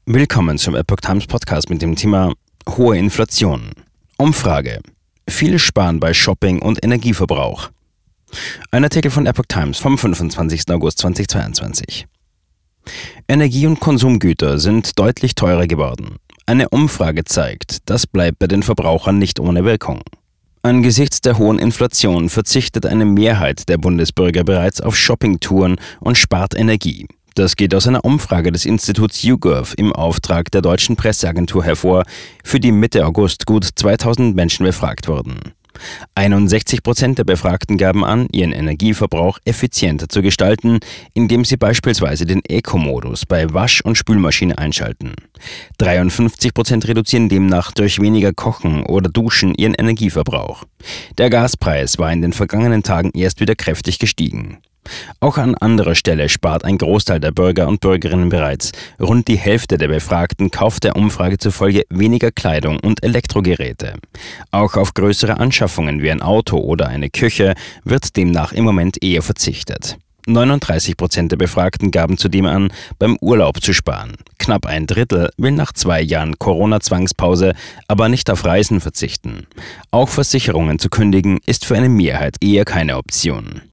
Willkommen zum Epoch Times Podcast mit dem Thema hohe Inflation. Umfrage. Viele sparen bei Shopping und Energieverbrauch. Ein Artikel von Epoch Times vom 25. August 2022. Energie- und Konsumgüter sind deutlich teurer geworden. Eine Umfrage zeigt, das bleibt bei den Verbrauchern nicht ohne Wirkung. Angesichts der hohen Inflation verzichtet eine Mehrheit der Bundesbürger bereits auf Shoppingtouren und spart Energie. Das geht aus einer Umfrage des Instituts YouGov im Auftrag der deutschen Presseagentur hervor, für die Mitte August gut 2000 Menschen befragt wurden. 61% der Befragten gaben an, ihren Energieverbrauch effizienter zu gestalten, indem sie beispielsweise den Eco-Modus bei Wasch- und Spülmaschine einschalten. 53% reduzieren demnach durch weniger Kochen oder Duschen ihren Energieverbrauch. Der Gaspreis war in den vergangenen Tagen erst wieder kräftig gestiegen. Auch an anderer Stelle spart ein Großteil der Bürger und Bürgerinnen bereits. Rund die Hälfte der Befragten kauft der Umfrage zufolge weniger Kleidung und Elektrogeräte. Auch auf größere Anschaffungen wie ein Auto oder eine Küche wird demnach im Moment eher verzichtet. 39% der Befragten gaben zudem an, beim Urlaub zu sparen. Knapp ein Drittel will nach 2 Jahren Corona-Zwangspause aber nicht auf Reisen verzichten. Auch Versicherungen zu kündigen ist für eine Mehrheit eher keine Option.